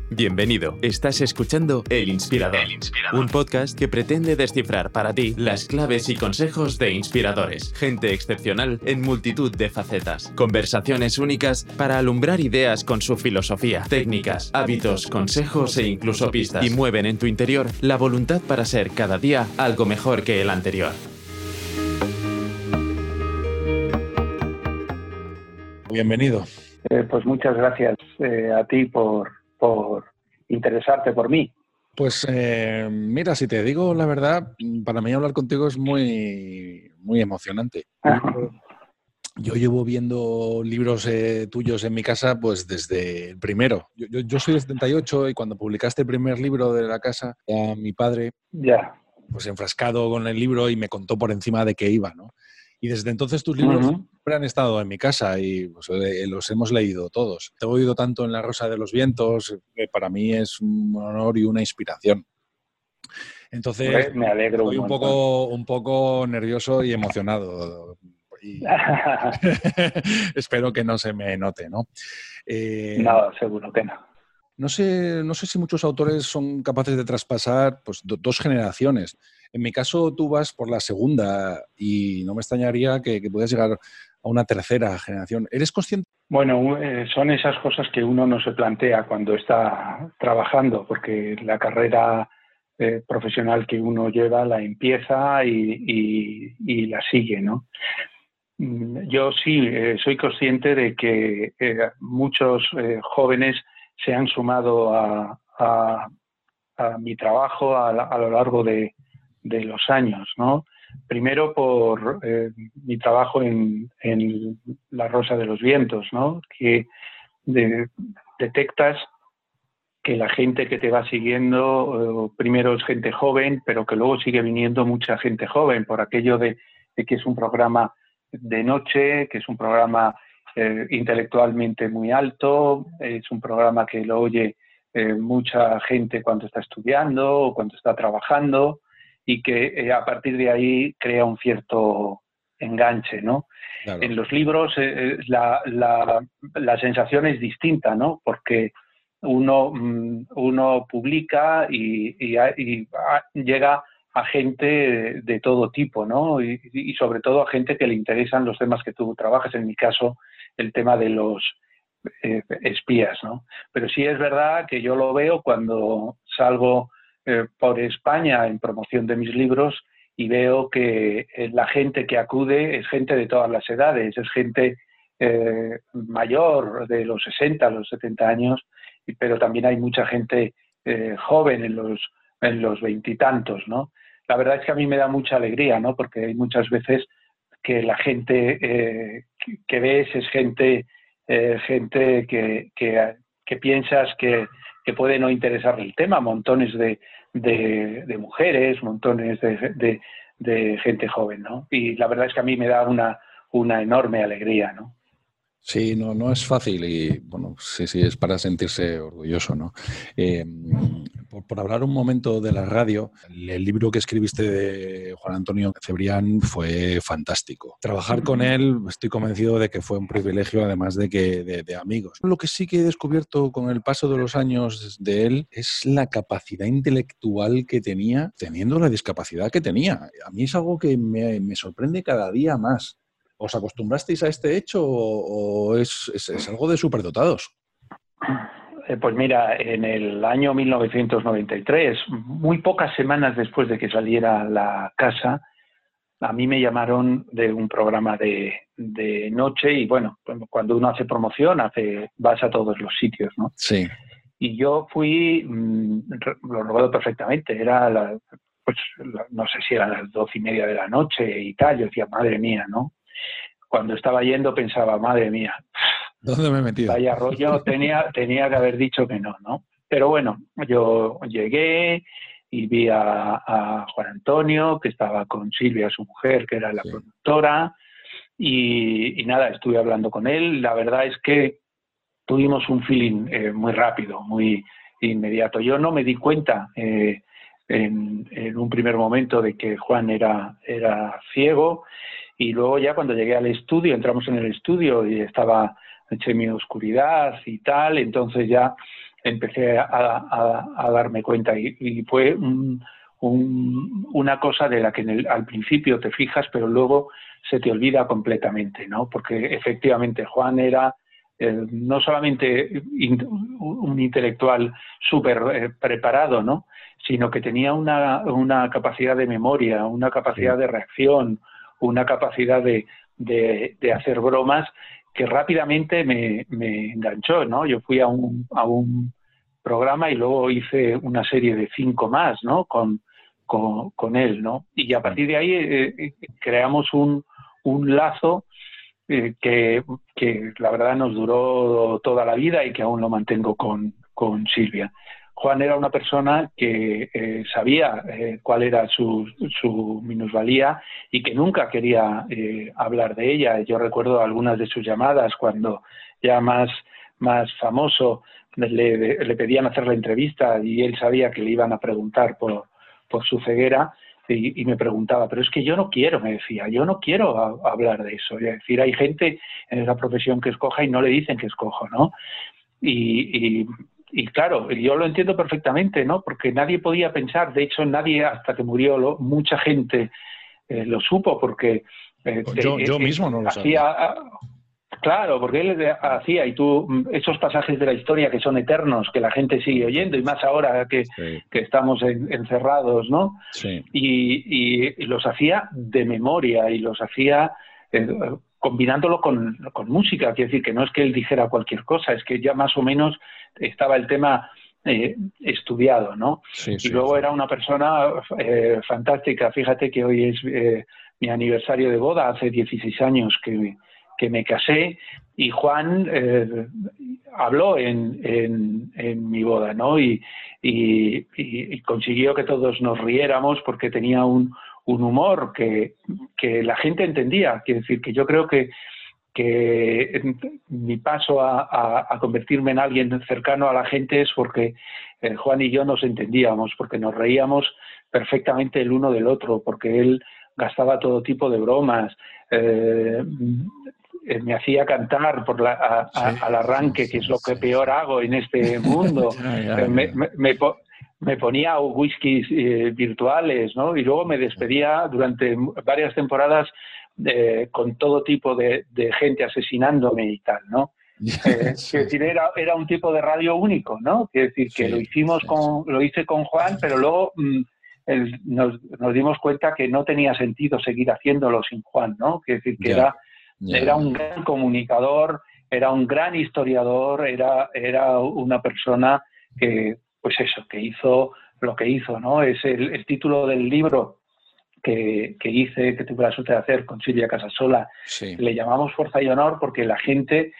Bienvenido. Estás escuchando El Inspirador, un podcast que pretende descifrar para ti las claves y consejos de inspiradores, gente excepcional en multitud de facetas, conversaciones únicas para alumbrar ideas con su filosofía, técnicas, hábitos, consejos e incluso pistas, y mueven en tu interior la voluntad para ser cada día algo mejor que el anterior. Bienvenido. Pues muchas gracias a ti por interesarte por mí. Pues mira, si te digo la verdad, para mí hablar contigo es muy emocionante. Yo llevo viendo libros tuyos en mi casa pues desde el primero. Yo soy de 78 y cuando publicaste el primer libro de la casa, ya mi padre, pues enfrascado con el libro y me contó por encima de qué iba, ¿no? Y desde entonces tus libros siempre han estado en mi casa y pues, los hemos leído todos. Te he oído tanto en La Rosa de los Vientos, que para mí es un honor y una inspiración. Entonces, me alegro estoy un poco nervioso y emocionado. Y espero que no se me note, ¿no? No, seguro que no. No sé si muchos autores son capaces de traspasar pues, dos generaciones. En mi caso, tú vas por la segunda y no me extrañaría que puedas llegar a una tercera generación. ¿Eres consciente? Bueno, son esas cosas que uno no se plantea cuando está trabajando, porque la carrera profesional que uno lleva la empieza y la sigue, ¿no? Yo sí soy consciente de que muchos jóvenes se han sumado a mi trabajo a lo largo de los años, ¿no? Primero por mi trabajo en La Rosa de los Vientos, ¿no? Que detectas que la gente que te va siguiendo primero es gente joven, pero que luego sigue viniendo mucha gente joven por aquello de que es un programa de noche, que es un programa intelectualmente muy alto, es un programa que lo oye mucha gente cuando está estudiando o cuando está trabajando y que a partir de ahí crea un cierto enganche, ¿no? Claro. En los libros la sensación es distinta, ¿no? Porque uno publica y llega a gente de todo tipo, ¿no? Y sobre todo a gente que le interesan los temas que tú trabajas. En mi caso, el tema de los espías, ¿no? Pero sí es verdad que yo lo veo cuando salgo por España en promoción de mis libros y veo que la gente que acude es gente de todas las edades, es gente mayor, de los 60, los 70 años, pero también hay mucha gente joven en los veintitantos, ¿no? La verdad es que a mí me da mucha alegría, ¿no? Porque hay muchas veces que la gente que ves es gente que piensas que puede no interesarle el tema, montones de mujeres, montones de gente joven, ¿no? Y la verdad es que a mí me da una enorme alegría, ¿no? Sí, no es fácil y, bueno, sí, es para sentirse orgulloso, ¿no? Por hablar un momento de la radio, el libro que escribiste de Juan Antonio Cebrián fue fantástico. Trabajar con él, estoy convencido de que fue un privilegio, además de amigos. Lo que sí que he descubierto con el paso de los años de él es la capacidad intelectual que tenía, teniendo la discapacidad que tenía. A mí es algo que me sorprende cada día más. ¿Os acostumbrasteis a este hecho o es algo de superdotados? Pues mira, en el año 1993, muy pocas semanas después de que saliera La Casa, a mí me llamaron de un programa de noche y bueno, cuando uno hace promoción, vas a todos los sitios, ¿no? Sí. Y yo fui, lo recuerdo perfectamente, no sé si eran las 12:30 de la noche y tal, yo decía, madre mía, ¿no? Cuando estaba yendo pensaba, madre mía, ¿dónde me he metido? Vaya rollo, tenía que haber dicho que no, ¿no? Pero bueno, yo llegué y vi a Juan Antonio, que estaba con Silvia, su mujer, que era la productora, y nada, estuve hablando con él. La verdad es que tuvimos un feeling muy rápido, muy inmediato. Yo no me di cuenta en un primer momento de que Juan era ciego, y luego ya cuando llegué al estudio, entramos en el estudio y estaba en semioscuridad y tal, entonces ya empecé a darme cuenta y fue una cosa de la que al principio te fijas, pero luego se te olvida completamente, ¿no? Porque efectivamente Juan era no solamente un intelectual súper preparado, ¿no? Sino que tenía una capacidad de memoria, una capacidad de reacción, una capacidad de hacer bromas que rápidamente me enganchó, ¿no? Yo fui a un programa y luego hice una serie de 5 más, ¿no? Con él, ¿no? Y a partir de ahí creamos un lazo que la verdad nos duró toda la vida y que aún lo mantengo con Silvia. Juan era una persona que sabía cuál era su minusvalía y que nunca quería hablar de ella. Yo recuerdo algunas de sus llamadas cuando ya más famoso le pedían hacer la entrevista y él sabía que le iban a preguntar por su ceguera. Y me preguntaba, pero es que yo no quiero, me decía, yo no quiero hablar de eso. Es decir, hay gente en esa profesión que escoja y no le dicen que escojo, ¿no? Y claro, yo lo entiendo perfectamente, ¿no? Porque nadie podía pensar, de hecho nadie, hasta que murió, mucha gente lo supo, porque yo mismo no lo sabía. Claro, porque él hacía, y tú, esos pasajes de la historia que son eternos, que la gente sigue oyendo, y más ahora que estamos encerrados, ¿no? Sí. Y los hacía de memoria, y los hacía combinándolo con música, quiere decir que no es que él dijera cualquier cosa, es que ya más o menos estaba el tema estudiado, ¿no? Y luego era una persona fantástica. Fíjate que hoy es mi aniversario de boda, hace 16 años que me casé, y Juan habló en mi boda, ¿no? Y consiguió que todos nos riéramos porque tenía un humor que la gente entendía. Quiere decir que yo creo que mi paso a convertirme en alguien cercano a la gente es porque Juan y yo nos entendíamos, porque nos reíamos perfectamente el uno del otro, porque él gastaba todo tipo de bromas, me hacía cantar al arranque, que es lo que peor hago en este mundo. Me ponía whiskies virtuales, ¿no? Y luego me despedía durante varias temporadas con todo tipo de gente asesinándome y tal, ¿no? Es decir, era un tipo de radio único, ¿no? Es decir, que lo hice con Juan, pero luego nos dimos cuenta que no tenía sentido seguir haciéndolo sin Juan, ¿no? Es decir, que era un gran comunicador, era un gran historiador, era una persona que, pues eso, que hizo lo que hizo, ¿no? Es el título del libro que hice, que tuve la suerte de hacer con Silvia Casasola. Le llamamos Fuerza y Honor porque la gente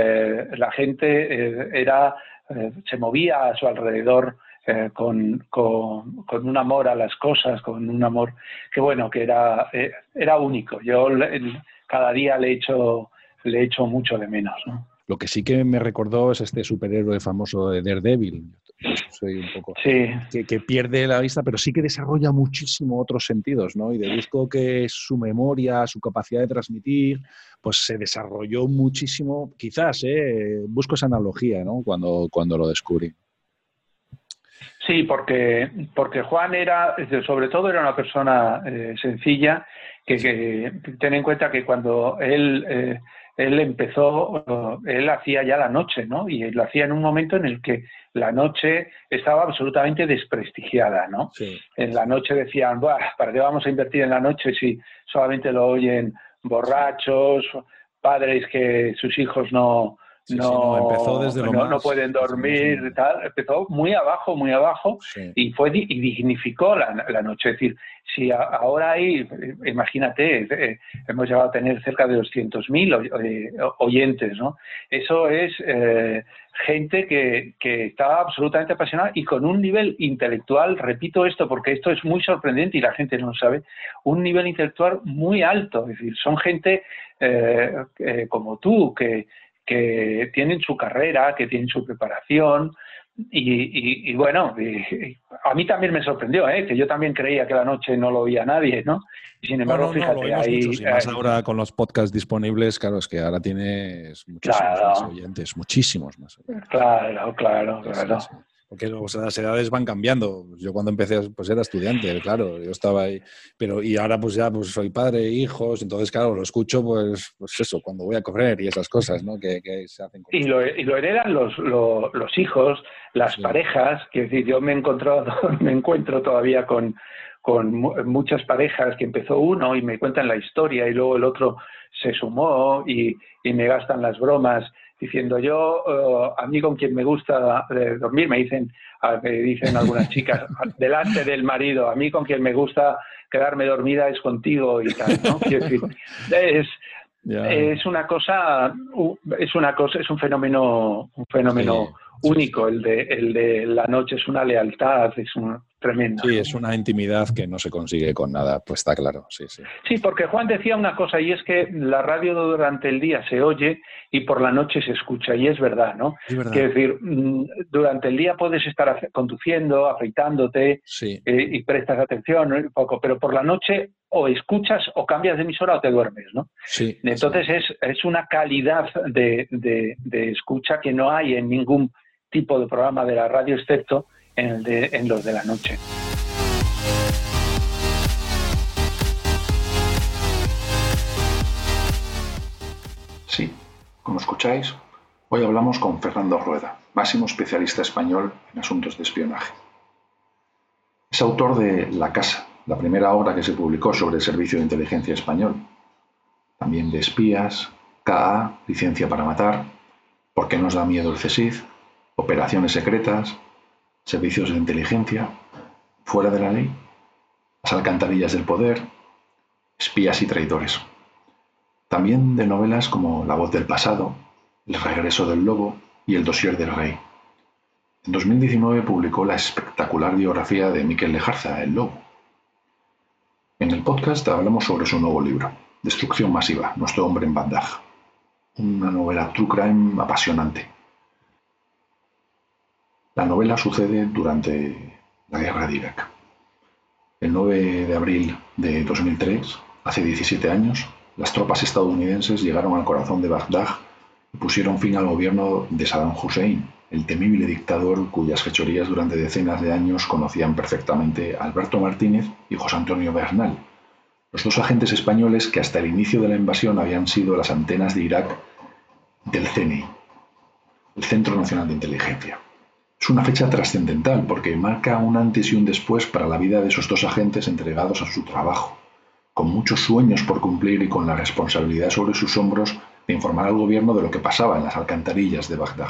se movía a su alrededor con un amor a las cosas, con un amor que bueno, que era único. Yo cada día le echo mucho de menos, ¿no? Lo que sí que me recordó es este superhéroe famoso de Daredevil. Soy un poco que pierde la vista, pero sí que desarrolla muchísimo otros sentidos, ¿no? Y deduzco que su memoria, su capacidad de transmitir, pues se desarrolló muchísimo. Quizás, busco esa analogía, ¿no? Cuando lo descubrí. Sí, porque Juan sobre todo era una persona sencilla, que ten en cuenta que cuando él empezó, él hacía ya la noche, ¿no? Y lo hacía en un momento en el que la noche estaba absolutamente desprestigiada, ¿no? Sí. En la noche decían, ¿para qué vamos a invertir en la noche si solamente lo oyen borrachos, padres que sus hijos no empezó desde no pueden dormir, tal. Empezó muy abajo, y dignificó la noche. Es decir, si ahora hay, imagínate, hemos llegado a tener cerca de 200.000 oyentes, ¿no? Eso es gente que está absolutamente apasionada y con un nivel intelectual, repito esto porque esto es muy sorprendente y la gente no lo sabe, un nivel intelectual muy alto. Es decir, son gente como tú, que tienen su carrera, que tienen su preparación y bueno, a mí también me sorprendió, que yo también creía que la noche no lo oía nadie, ¿no? Y sin embargo, No, fíjate, lo oímos ahí... muchos y más ahora con los podcasts disponibles, claro, es que ahora tienes muchísimos más claro, oyentes, muchísimos más oyentes. claro. Sí. Porque las edades van cambiando. Yo cuando empecé, pues era estudiante, claro, yo estaba ahí, pero y ahora pues ya pues soy padre, hijos, entonces claro, lo escucho pues eso, cuando voy a correr y esas cosas, ¿no? Que se hacen con y lo heredan los hijos, las parejas, que es decir, yo me encuentro todavía con muchas parejas que empezó uno y me cuentan la historia y luego el otro se sumó y me gastan las bromas diciendo yo, a mí con quien me gusta dormir, me dicen algunas chicas delante del marido, a mí con quien me gusta quedarme dormida es contigo y tal, ¿no? Quiero decir, es un fenómeno único. Sí. El de la noche es una lealtad, es tremenda. Sí, es una intimidad que no se consigue con nada, pues está claro, sí. Sí, porque Juan decía una cosa, y es que la radio durante el día se oye y por la noche se escucha, y es verdad, ¿no? Es verdad. Quiero decir, durante el día puedes estar conduciendo, afeitándote, y prestas atención un poco, pero por la noche o escuchas o cambias de emisora o te duermes, ¿no? Sí. Entonces es una calidad de escucha que no hay en ningún tipo de programa de la radio, excepto en los de la noche. Sí, como escucháis, hoy hablamos con Fernando Rueda, máximo especialista español en asuntos de espionaje. Es autor de La Casa, la primera obra que se publicó sobre el Servicio de Inteligencia Español. También de Espías, K.A., Licencia para Matar, ¿Por qué nos da miedo el CSIC?, Operaciones secretas, Servicios de Inteligencia, Fuera de la ley, Las alcantarillas del poder, Espías y traidores. También de novelas como La voz del pasado, El regreso del lobo y El dossier del rey. En 2019 publicó la espectacular biografía de Miquel Lejarza, El lobo. En el podcast hablamos sobre su nuevo libro, Destrucción masiva, nuestro hombre en Bagdad. Una novela true crime apasionante. La novela sucede durante la guerra de Irak. El 9 de abril de 2003, hace 17 años, las tropas estadounidenses llegaron al corazón de Bagdad y pusieron fin al gobierno de Saddam Hussein, el temible dictador cuyas fechorías durante decenas de años conocían perfectamente Alberto Martínez y José Antonio Bernal, los dos agentes españoles que hasta el inicio de la invasión habían sido las antenas de Irak del CNI, el Centro Nacional de Inteligencia. Es una fecha trascendental porque marca un antes y un después para la vida de esos dos agentes entregados a su trabajo, con muchos sueños por cumplir y con la responsabilidad sobre sus hombros de informar al gobierno de lo que pasaba en las alcantarillas de Bagdad.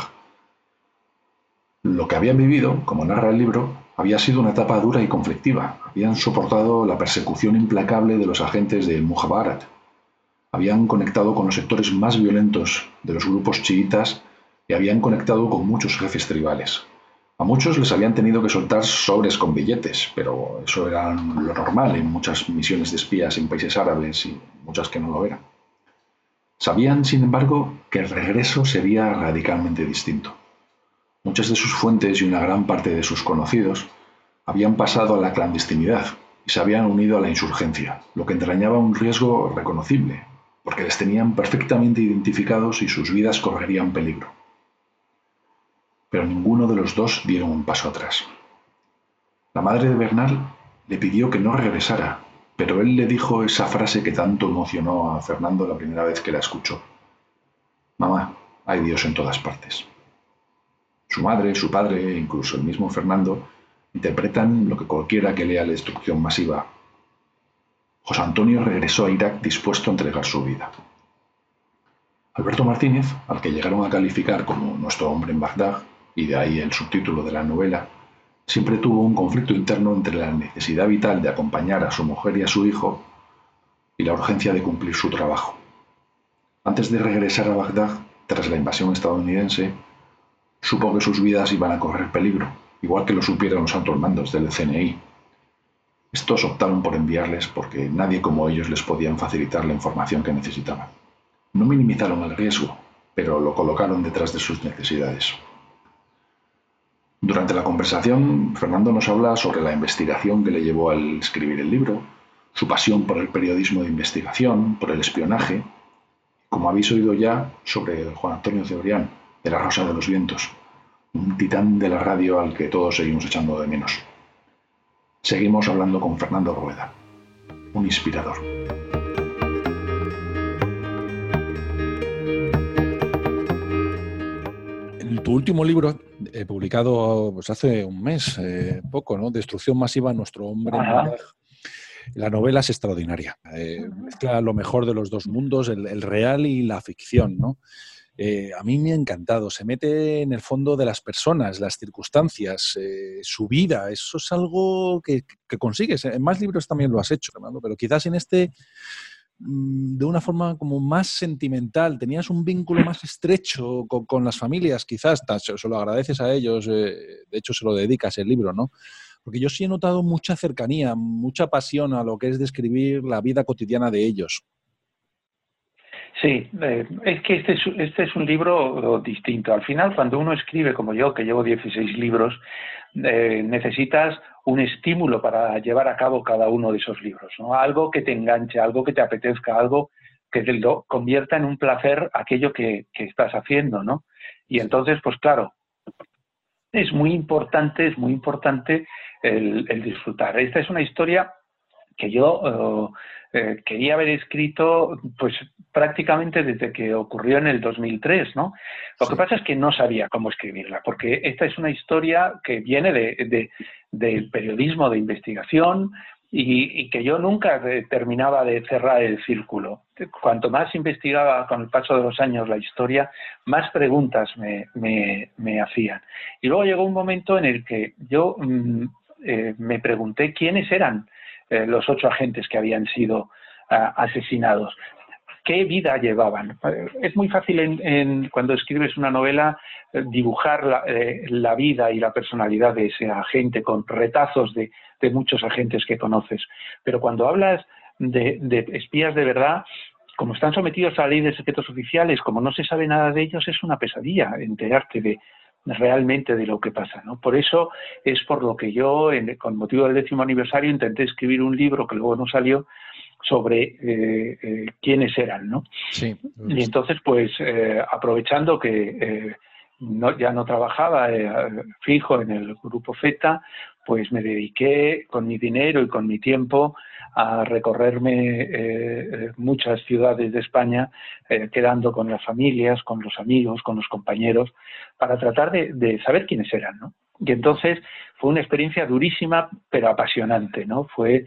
Lo que habían vivido, como narra el libro, había sido una etapa dura y conflictiva. Habían soportado la persecución implacable de los agentes del Mujahbarat. Habían conectado con los sectores más violentos de los grupos chiitas y habían conectado con muchos jefes tribales. A muchos les habían tenido que soltar sobres con billetes, pero eso era lo normal en muchas misiones de espías en países árabes y muchas que no lo eran. Sabían, sin embargo, que el regreso sería radicalmente distinto. Muchas de sus fuentes y una gran parte de sus conocidos habían pasado a la clandestinidad y se habían unido a la insurgencia, lo que entrañaba un riesgo reconocible, porque les tenían perfectamente identificados y sus vidas correrían peligro. Pero ninguno de los dos dieron un paso atrás. La madre de Bernal le pidió que no regresara, pero él le dijo esa frase que tanto emocionó a Fernando la primera vez que la escuchó. Mamá, hay Dios en todas partes. Su madre, su padre e incluso el mismo Fernando interpretan lo que cualquiera que lea La destrucción masiva. José Antonio regresó a Irak dispuesto a entregar su vida. Alberto Martínez, al que llegaron a calificar como nuestro hombre en Bagdad, y de ahí el subtítulo de la novela, siempre tuvo un conflicto interno entre la necesidad vital de acompañar a su mujer y a su hijo y la urgencia de cumplir su trabajo. Antes de regresar a Bagdad, tras la invasión estadounidense, supo que sus vidas iban a correr peligro, igual que lo supieron los altos mandos del CNI. Estos optaron por enviarles porque nadie como ellos les podían facilitar la información que necesitaban. No minimizaron el riesgo, pero lo colocaron detrás de sus necesidades. Durante la conversación, Fernando nos habla sobre la investigación que le llevó al escribir el libro, su pasión por el periodismo de investigación, por el espionaje, como habéis oído ya, sobre Juan Antonio Cebrián, de La Rosa de los Vientos, un titán de la radio al que todos seguimos echando de menos. Seguimos hablando con Fernando Rueda, un inspirador. En tu último libro, publicado pues, hace un mes, poco, ¿no? Destrucción masiva, nuestro hombre en Bagdad. La novela es extraordinaria. Mezcla lo mejor de los dos mundos, el real y la ficción, ¿no? A mí me ha encantado. Se mete en el fondo de las personas, las circunstancias, su vida. Eso es algo que consigues. En más libros también lo has hecho, Fernando, pero quizás en este de una forma como más sentimental. Tenías un vínculo más estrecho con las familias, quizás. Se lo agradeces a ellos. De hecho, se lo dedicas el libro, ¿no? Porque yo sí he notado mucha cercanía, mucha pasión a lo que es describir la vida cotidiana de ellos. Sí, es que este es un libro distinto. Al final, cuando uno escribe, como yo, que llevo 16 libros, necesitas un estímulo para llevar a cabo cada uno de esos libros, ¿no? Algo que te enganche, algo que te apetezca, algo que te lo convierta en un placer aquello que estás haciendo, ¿no? Y entonces, pues claro, es muy importante el disfrutar. Esta es una historia que yo quería haber escrito pues prácticamente desde que ocurrió en el 2003, ¿no? Lo que pasa es que no sabía cómo escribirla, porque esta es una historia que viene del periodismo de investigación y que yo nunca terminaba de cerrar el círculo. Cuanto más investigaba con el paso de los años la historia, más preguntas me hacían. Y luego llegó un momento en el que yo me pregunté quiénes eran los 8 agentes que habían sido asesinados. ¿Qué vida llevaban? Es muy fácil cuando escribes una novela dibujar la vida y la personalidad de ese agente con retazos de muchos agentes que conoces. Pero cuando hablas de espías de verdad, como están sometidos a la ley de secretos oficiales, como no se sabe nada de ellos, es una pesadilla enterarte realmente de lo que pasa, ¿no? Por eso es por lo que yo, con motivo del 10º aniversario, intenté escribir un libro que luego no salió sobre quiénes eran, ¿no? Sí. Y entonces, pues, aprovechando que ya no trabajaba fijo en el Grupo Zeta, pues me dediqué con mi dinero y con mi tiempo a recorrerme muchas ciudades de España, quedando con las familias, con los amigos, con los compañeros, para tratar de saber quiénes eran, ¿no? Y entonces fue una experiencia durísima, pero apasionante, ¿no? Fue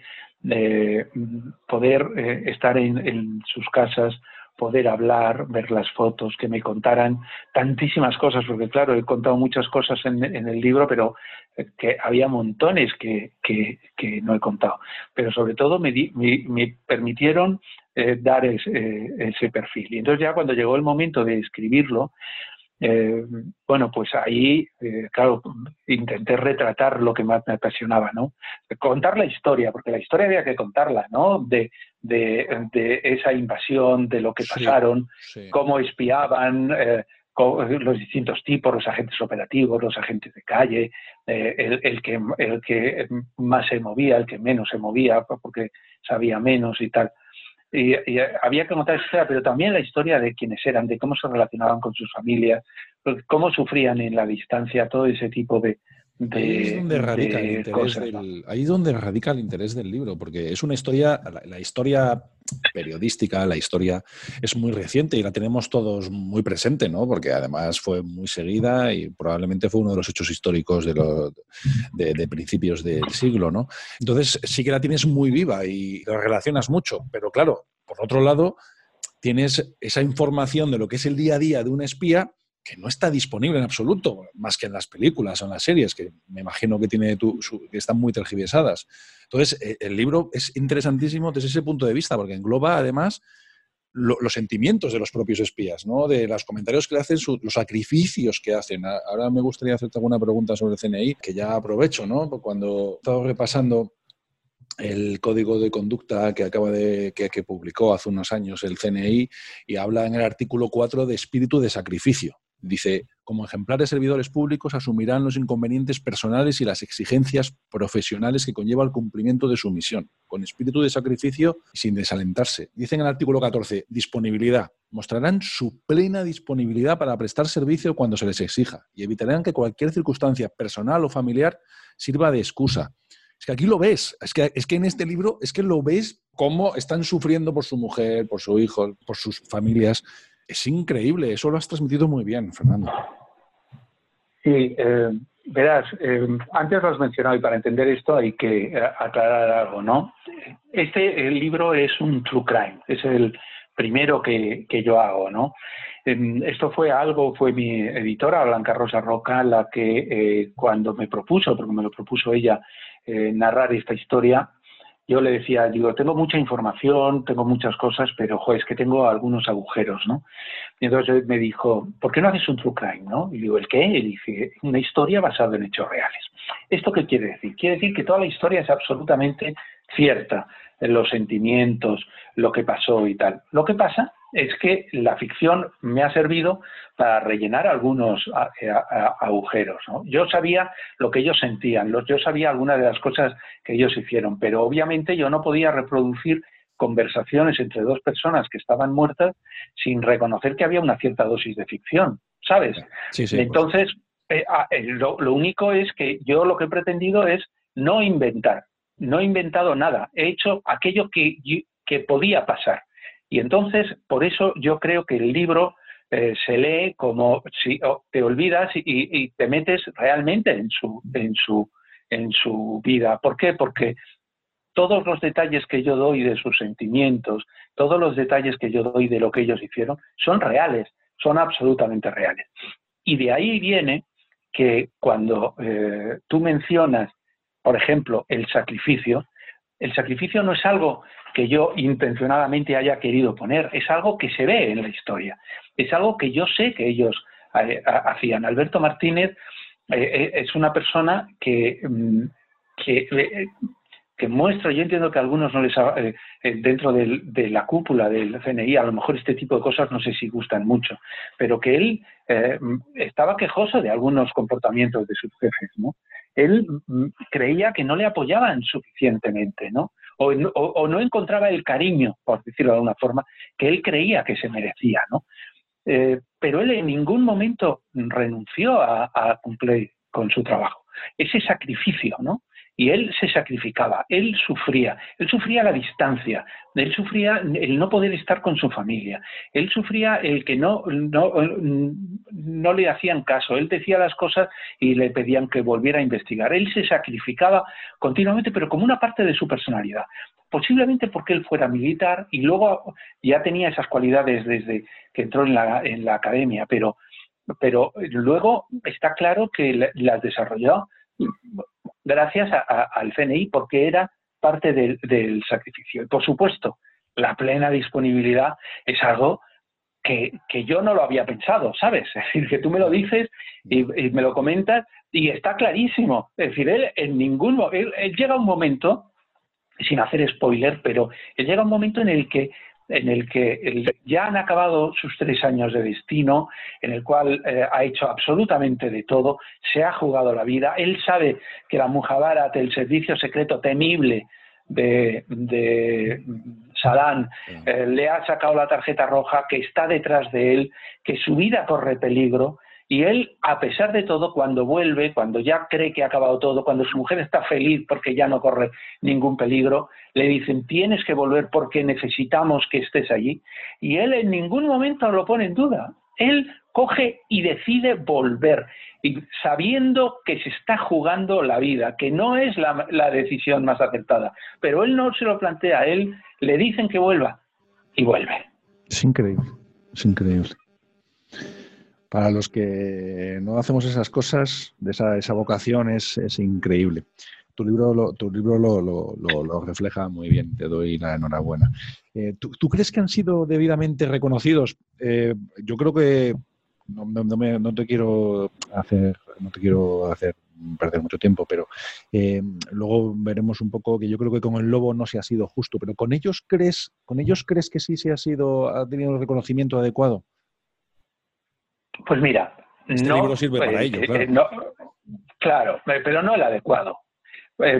poder estar en sus casas, poder hablar, ver las fotos, que me contaran tantísimas cosas, porque claro, he contado muchas cosas en el libro, pero que había montones que no he contado. Pero sobre todo me permitieron dar ese perfil. Y entonces ya cuando llegó el momento de escribirlo, bueno, pues ahí, claro, intenté retratar lo que más me apasionaba, ¿no? Contar la historia, porque la historia había que contarla, ¿no? De esa invasión, de lo que pasaron, sí. Cómo espiaban, los distintos tipos, los agentes operativos, los agentes de calle, el que más se movía, el que menos se movía, porque sabía menos y tal. Y había que contar esa historia, pero también la historia de quiénes eran, de cómo se relacionaban con sus familias, cómo sufrían en la distancia, todo ese tipo de Ahí es donde radica el interés cosas, ¿no? ahí es donde radica el interés del libro, porque es una historia, la historia periodística, la historia es muy reciente y la tenemos todos muy presente, ¿no? Porque además fue muy seguida y probablemente fue uno de los hechos históricos de principios del siglo, ¿no? Entonces sí que la tienes muy viva y la relacionas mucho, pero claro, por otro lado, tienes esa información de lo que es el día a día de un espía que no está disponible en absoluto, más que en las películas o en las series, que me imagino que que están muy tergiversadas. Entonces, el libro es interesantísimo desde ese punto de vista, porque engloba además los sentimientos de los propios espías, ¿no? De los comentarios que le hacen, los sacrificios que hacen. Ahora me gustaría hacerte alguna pregunta sobre el CNI, que ya aprovecho, ¿no? Cuando he estado repasando el código de conducta que publicó hace unos años el CNI y habla en el artículo 4 de espíritu de sacrificio. Dice, como ejemplares servidores públicos asumirán los inconvenientes personales y las exigencias profesionales que conlleva el cumplimiento de su misión, con espíritu de sacrificio y sin desalentarse. Dice en el artículo 14, disponibilidad. Mostrarán su plena disponibilidad para prestar servicio cuando se les exija y evitarán que cualquier circunstancia personal o familiar sirva de excusa. Es que aquí lo ves, es que en este libro es que lo ves cómo están sufriendo por su mujer, por su hijo, por sus familias. Es increíble, eso lo has transmitido muy bien, Fernando. Sí, verás, antes lo has mencionado y para entender esto hay que aclarar algo, ¿no? El libro es un true crime, es el primero que yo hago, ¿no? Esto fue mi editora, Blanca Rosa Roca, la que cuando me propuso, porque me lo propuso ella, narrar esta historia, yo le decía, digo, tengo mucha información, tengo muchas cosas, pero es que tengo algunos agujeros, ¿no? Y entonces me dijo, ¿por qué no haces un true crime, no? Y digo, ¿el qué? Y dice, una historia basada en hechos reales. ¿Esto qué quiere decir? Quiere decir que toda la historia es absolutamente cierta, los sentimientos, lo que pasó y tal. Lo que pasa es que la ficción me ha servido para rellenar algunos agujeros, ¿no? Yo sabía lo que ellos sentían, yo sabía algunas de las cosas que ellos hicieron, pero obviamente yo no podía reproducir conversaciones entre dos personas que estaban muertas sin reconocer que había una cierta dosis de ficción, ¿sabes? Sí, sí, entonces, lo único es que yo lo que he pretendido es no inventar, no he inventado nada, he hecho aquello que podía pasar. Y entonces, por eso yo creo que el libro se lee como si te olvidas y te metes realmente en su vida. ¿Por qué? Porque todos los detalles que yo doy de sus sentimientos, todos los detalles que yo doy de lo que ellos hicieron, son reales, son absolutamente reales. Y de ahí viene que cuando tú mencionas, por ejemplo, el sacrificio no es algo que yo intencionadamente haya querido poner, es algo que se ve en la historia, es algo que yo sé que ellos hacían. Alberto Martínez es una persona que muestra, yo entiendo que a algunos no les dentro de la cúpula del CNI, a lo mejor este tipo de cosas no sé si gustan mucho, pero que él estaba quejoso de algunos comportamientos de sus jefes, ¿no? Él creía que no le apoyaban suficientemente, ¿no? O no encontraba el cariño, por decirlo de alguna forma, que él creía que se merecía, ¿no? Pero él en ningún momento renunció a cumplir con su trabajo. Ese sacrificio, ¿no? Y él se sacrificaba, él sufría la distancia, él sufría el no poder estar con su familia, él sufría el que no le hacían caso, él decía las cosas y le pedían que volviera a investigar. Él se sacrificaba continuamente, pero como una parte de su personalidad. Posiblemente porque él fuera militar y luego ya tenía esas cualidades desde que entró en la academia, pero luego está claro que las desarrolló gracias al CNI porque era parte del sacrificio. Y por supuesto, la plena disponibilidad es algo que yo no lo había pensado, ¿sabes? Es decir, que tú me lo dices y me lo comentas y está clarísimo. Es decir, él llega a un momento, sin hacer spoiler, pero él llega a un momento en el que ya han acabado sus 3 años de destino, en el cual ha hecho absolutamente de todo, se ha jugado la vida. Él sabe que la Mujabbarat, el servicio secreto temible de Saddam, le ha sacado la tarjeta roja, que está detrás de él, que su vida corre peligro. Y él, a pesar de todo, cuando vuelve, cuando ya cree que ha acabado todo, cuando su mujer está feliz porque ya no corre ningún peligro, le dicen, tienes que volver porque necesitamos que estés allí. Y él en ningún momento lo pone en duda. Él coge y decide volver, y sabiendo que se está jugando la vida, que no es la decisión más acertada. Pero él no se lo plantea, a él le dicen que vuelva y vuelve. Es increíble, es increíble. Para los que no hacemos esas cosas, esa vocación es increíble. Tu libro lo refleja muy bien, te doy la enhorabuena. ¿Tú crees que han sido debidamente reconocidos? Yo creo que no te quiero hacer perder mucho tiempo, pero luego veremos un poco que yo creo que con el Lobo no se ha sido justo, pero ¿con ellos crees que sí ha tenido el reconocimiento adecuado? Pues mira, Este libro sirve para ello, claro. Claro, pero no el adecuado. Eh,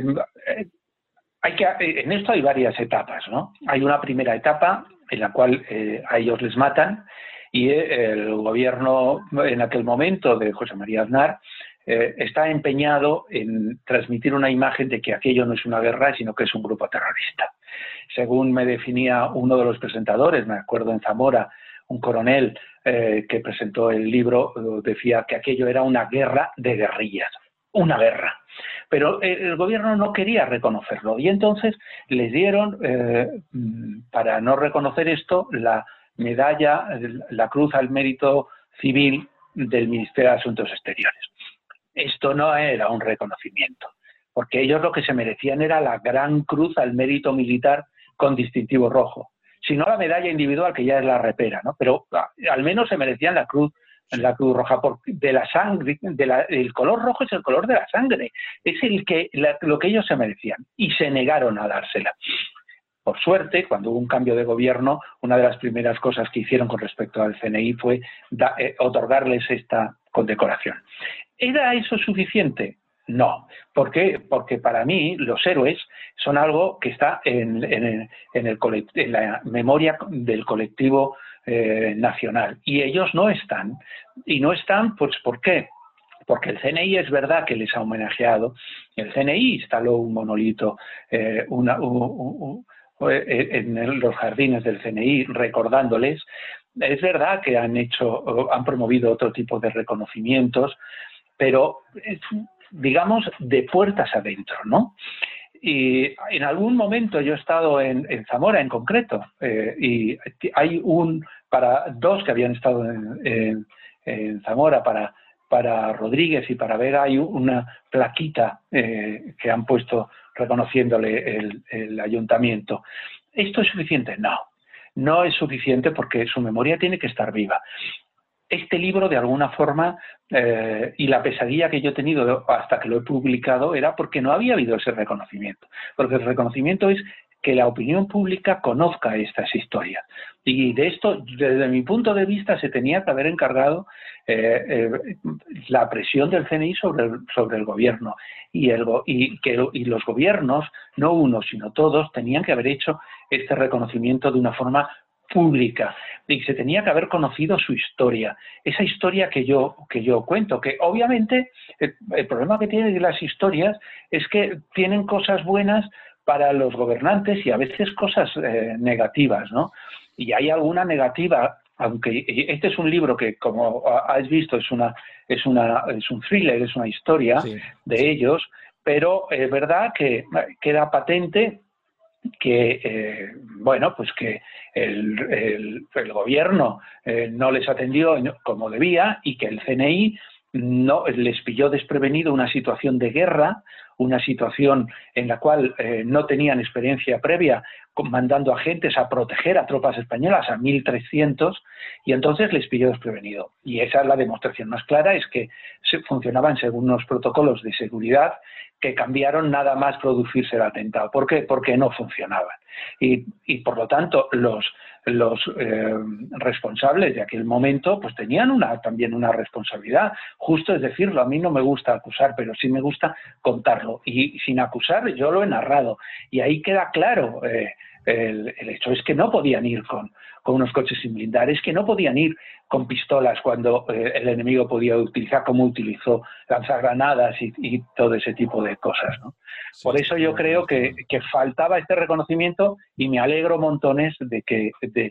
en esto hay varias etapas, ¿no? Hay una primera etapa en la cual a ellos les matan y el gobierno en aquel momento de José María Aznar está empeñado en transmitir una imagen de que aquello no es una guerra, sino que es un grupo terrorista. Según me definía uno de los presentadores, me acuerdo en Zamora, un coronel que presentó el libro, decía que aquello era una guerra de guerrillas, una guerra. Pero el gobierno no quería reconocerlo y entonces les dieron, para no reconocer esto, la medalla, la Cruz al Mérito Civil del Ministerio de Asuntos Exteriores. Esto no era un reconocimiento, porque ellos lo que se merecían era la Gran Cruz al Mérito Militar con distintivo rojo, si no la medalla individual, que ya es la repera, ¿no? Pero al menos se merecían la cruz roja, porque de la sangre, el color rojo es el color de la sangre, es lo que ellos se merecían, y se negaron a dársela. Por suerte, cuando hubo un cambio de gobierno, una de las primeras cosas que hicieron con respecto al CNI fue otorgarles esta condecoración. ¿Era eso suficiente? No. ¿Por qué? Porque para mí los héroes son algo que está en la memoria del colectivo nacional, y ellos no están. Y no están, pues, ¿por qué? Porque el CNI es verdad que les ha homenajeado. El CNI instaló un monolito, en los jardines del CNI, recordándoles. Es verdad que han promovido otro tipo de reconocimientos, pero digamos de puertas adentro, ¿no? Y en algún momento yo he estado en Zamora en concreto, y hay para dos que habían estado en Zamora, para Rodríguez y para Vera, hay una plaquita que han puesto reconociéndole el ayuntamiento. ¿Esto es suficiente? No, no es suficiente, porque su memoria tiene que estar viva. Este libro, de alguna forma, y la pesadilla que yo he tenido hasta que lo he publicado, era porque no había habido ese reconocimiento. Porque el reconocimiento es que la opinión pública conozca estas historias. Y de esto, desde mi punto de vista, se tenía que haber encargado la presión del CNI sobre el gobierno. Y los gobiernos, no uno, sino todos, tenían que haber hecho este reconocimiento de una forma pública, y se tenía que haber conocido su historia, esa historia que yo cuento, que obviamente el problema que tienen las historias es que tienen cosas buenas para los gobernantes y a veces cosas negativas, ¿no? Y hay alguna negativa, aunque este es un libro que, como has visto, es un thriller, es una historia de ellos, pero es verdad que queda patente que pues que el gobierno no les atendió como debía, y que el CNI no les pilló desprevenido una situación de guerra, una situación en la cual no tenían experiencia previa, mandando agentes a proteger a tropas españolas, a 1.300, y entonces les pilló desprevenido. Y esa es la demostración más clara, es que funcionaban según unos protocolos de seguridad que cambiaron nada más producirse el atentado. ¿Por qué? Porque no funcionaban. Y por lo tanto, los responsables de aquel momento pues tenían también una responsabilidad. Justo es decirlo, a mí no me gusta acusar, pero sí me gusta contarlo. Y sin acusar, yo lo he narrado. Y ahí queda claro el hecho. Es que no podían ir con unos coches sin blindar, es que no podían ir con pistolas cuando el enemigo podía utilizar, como utilizó, lanzagranadas y todo ese tipo de cosas, ¿no? Sí, por eso yo creo que faltaba este reconocimiento, y me alegro montones de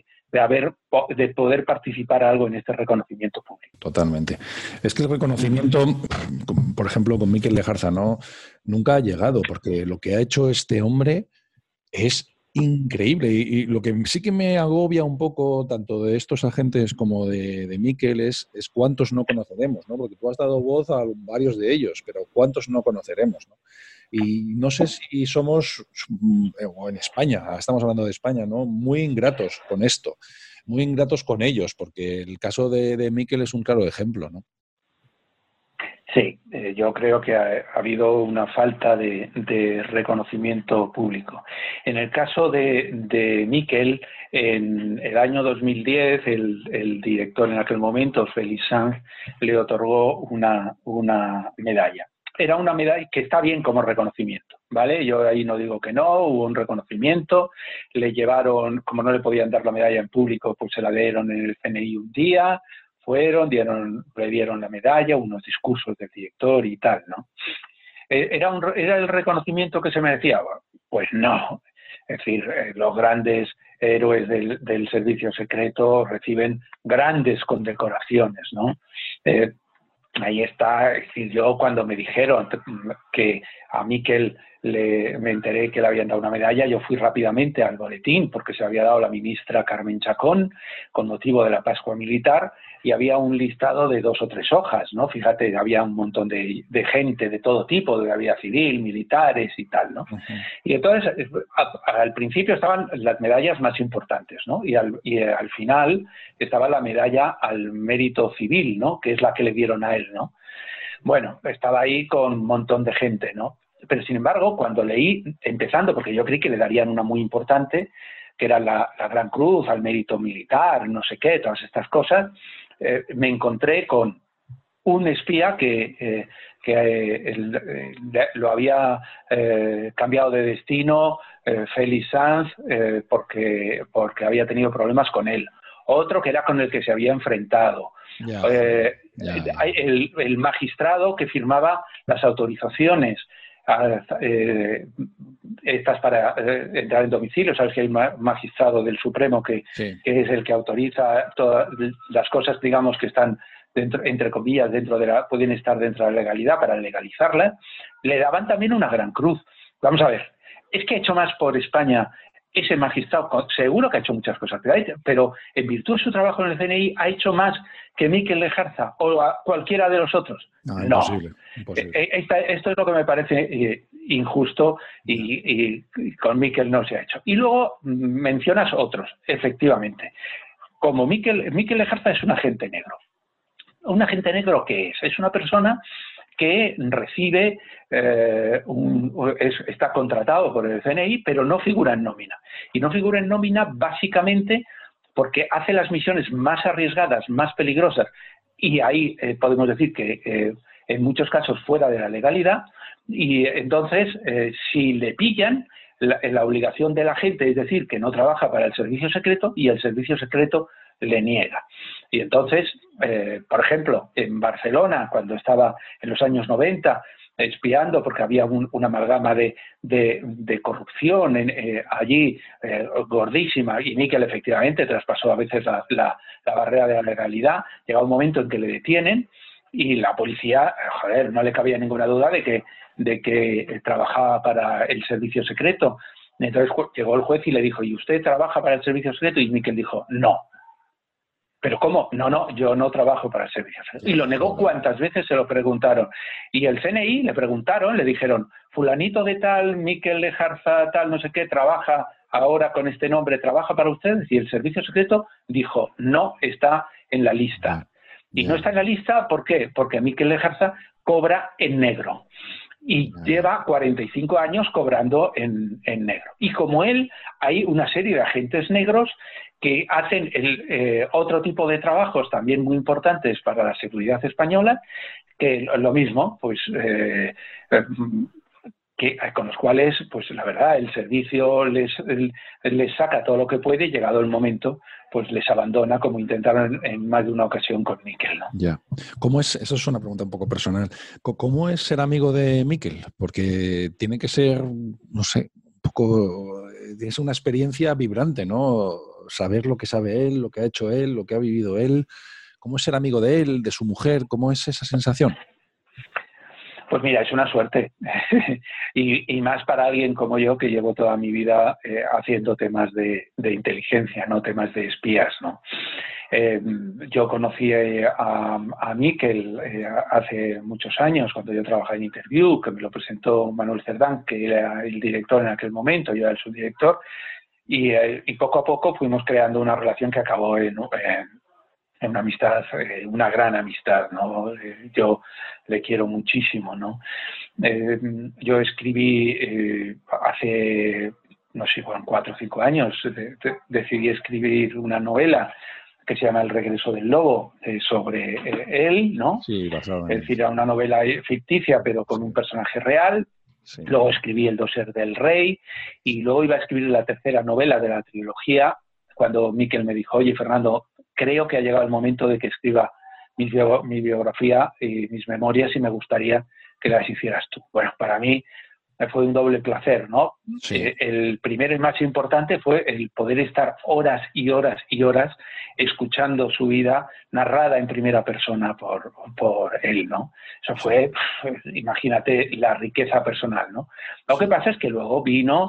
poder participar algo en este reconocimiento público. Totalmente. Es que el reconocimiento, por ejemplo, con Mikel Lejarza, nunca ha llegado, porque lo que ha hecho este hombre es increíble. Y lo que sí que me agobia un poco, tanto de estos agentes como de Mikel, es cuántos no conoceremos, ¿no? Porque tú has dado voz a varios de ellos, pero cuántos no conoceremos, ¿no? Y no sé si somos, o en España, estamos hablando de España, ¿no?, muy ingratos con esto, muy ingratos con ellos, porque el caso de Mikel es un claro ejemplo, ¿no? Sí, yo creo que ha habido una falta de reconocimiento público. En el caso de Miquel, en el año 2010, el director en aquel momento, Félix Sanz, le otorgó una medalla. Era una medalla que está bien como reconocimiento, ¿vale? Yo ahí no digo que no, hubo un reconocimiento, le llevaron, como no le podían dar la medalla en público, pues se la dieron en el CNI un día, le dieron la medalla, unos discursos del director y tal, ¿no? ¿Era el reconocimiento que se merecía? Pues no. Es decir, los grandes héroes del servicio secreto reciben grandes condecoraciones, ¿no? Ahí está, es decir, yo cuando me dijeron que a Miquel me enteré que le habían dado una medalla, yo fui rápidamente al boletín porque se había dado la ministra Carmen Chacón con motivo de la Pascua Militar y había un listado de 2 o 3 hojas, ¿no? Fíjate, había un montón de gente de todo tipo, de la vida civil, militares y tal, ¿no? Uh-huh. Y entonces, al principio estaban las medallas más importantes, ¿no? Y al final estaba la medalla al mérito civil, ¿no? Que es la que le dieron a él, ¿no? Bueno, estaba ahí con un montón de gente, ¿no? Pero sin embargo, cuando leí, empezando, porque yo creí que le darían una muy importante, que era la Gran Cruz al mérito militar, no sé qué, todas estas cosas, me encontré con un espía que lo había cambiado de destino, Félix Sanz, porque había tenido problemas con él. Otro que era con el que se había enfrentado. El magistrado que firmaba las autorizaciones estas para entrar en domicilio. Sabes que hay un magistrado del Supremo que es el que autoriza todas las cosas, digamos, que están dentro, entre comillas, pueden estar dentro de la legalidad para legalizarla. Le daban también una gran cruz. Vamos a ver, es que ha hecho más por España ese magistrado, seguro que ha hecho muchas cosas, pero en virtud de su trabajo en el CNI ha hecho más que Miquel Lejarza o a cualquiera de los otros. No. Imposible. Esto es lo que me parece injusto y con Miquel no se ha hecho. Y luego mencionas otros, efectivamente. Como Miquel Lejarza es un agente negro. ¿Un agente negro qué es? Es una persona que recibe, está contratado por el CNI, pero no figura en nómina. Y no figura en nómina básicamente porque hace las misiones más arriesgadas, más peligrosas, y ahí podemos decir que en muchos casos fuera de la legalidad, y entonces si le pillan, la obligación del agente es decir que no trabaja para el servicio secreto y el servicio secreto le niega. Y entonces, por ejemplo, en Barcelona, cuando estaba en los años 90, espiando porque había una amalgama de corrupción allí gordísima, y Miquel efectivamente traspasó a veces la barrera de la legalidad, llega un momento en que le detienen y la policía, no le cabía ninguna duda de que trabajaba para el servicio secreto. Entonces llegó el juez y le dijo, ¿y usted trabaja para el servicio secreto? Y Miquel dijo, no. ¿Pero cómo? No, yo no trabajo para el servicio secreto. Y lo negó cuantas veces se lo preguntaron. Y el CNI le preguntaron, le dijeron, fulanito de tal, Miquel Lejarza, tal, no sé qué, trabaja ahora con este nombre, ¿trabaja para ustedes? Y el servicio secreto dijo, no está en la lista. Y no está en la lista, ¿por qué? Porque Miquel Lejarza cobra en negro. Y lleva 45 años cobrando en negro. Y como él, hay una serie de agentes negros que hacen otro tipo de trabajos también muy importantes para la seguridad española, que lo mismo, pues con los cuales, pues la verdad, el servicio les saca todo lo que puede y llegado el momento, pues les abandona, como intentaron en más de una ocasión con Miquel, ¿no? Ya. ¿Cómo es? Eso es una pregunta un poco personal. ¿Cómo es ser amigo de Miquel? Porque tiene que ser, no sé, un poco, es una experiencia vibrante, ¿no? Saber lo que sabe él, lo que ha hecho él, lo que ha vivido él. ¿Cómo es ser amigo de él, de su mujer? ¿Cómo es esa sensación? Pues mira, es una suerte y más para alguien como yo que llevo toda mi vida haciendo temas de inteligencia, no temas de espías, ¿no? Yo conocí a Miquel hace muchos años cuando yo trabajaba en Interview, que me lo presentó Manuel Cerdán, que era el director en aquel momento, yo era el subdirector, y poco a poco fuimos creando una relación que acabó en una amistad, una gran amistad, ¿no? Yo le quiero muchísimo, ¿no? Yo escribí hace no sé, con 4 o 5 años, decidí escribir una novela que se llama El regreso del lobo, sobre él, ¿no? Sí, basado en... Es decir, era una novela ficticia, pero con un personaje real. Sí. Luego escribí El dossier del rey y luego iba a escribir la tercera novela de la trilogía cuando Miquel me dijo, oye, Fernando, creo que ha llegado el momento de que escriba mi biografía y mis memorias y me gustaría que las hicieras tú. Bueno, para mí fue un doble placer, ¿no? Sí. El primero y más importante fue el poder estar horas y horas y horas escuchando su vida narrada en primera persona por él, ¿no? Eso fue, imagínate, la riqueza personal, ¿no? Lo que pasa es que luego vino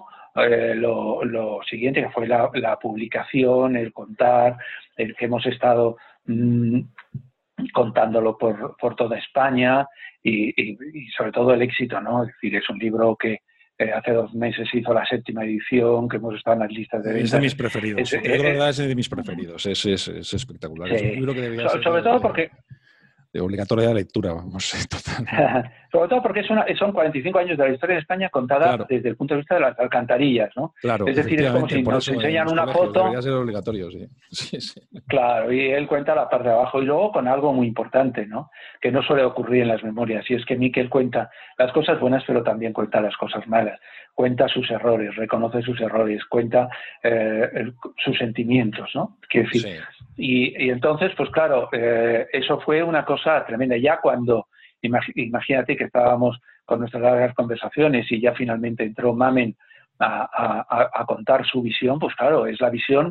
lo siguiente, que fue la publicación, el contar, el que hemos estado contándolo por toda España y sobre todo el éxito, ¿no? Es decir, es un libro que hace 2 meses hizo la 7ª edición, que hemos estado en las listas de ventas. Es de mis preferidos. Yo creo que la verdad es de mis preferidos. Es espectacular. Sí. Es un libro que debería ser sobre todo porque de obligatoria lectura, vamos, totalmente. Sobre todo porque son 45 años de la historia de España contada desde el punto de vista de las alcantarillas, ¿no? Claro, es decir, es como si nos enseñan una foto. Debería ser obligatorio, sí. Sí. Claro, y él cuenta la parte de abajo. Y luego con algo muy importante, ¿no? Que no suele ocurrir en las memorias. Y es que Miquel cuenta las cosas buenas, pero también cuenta las cosas malas. Cuenta sus errores, reconoce sus errores, cuenta sus sentimientos, ¿no? Quiero decir, sí. Y entonces, pues claro, eso fue una cosa tremenda. Ya cuando, imagínate que estábamos con nuestras largas conversaciones y ya finalmente entró Mamen a contar su visión, pues claro, es la visión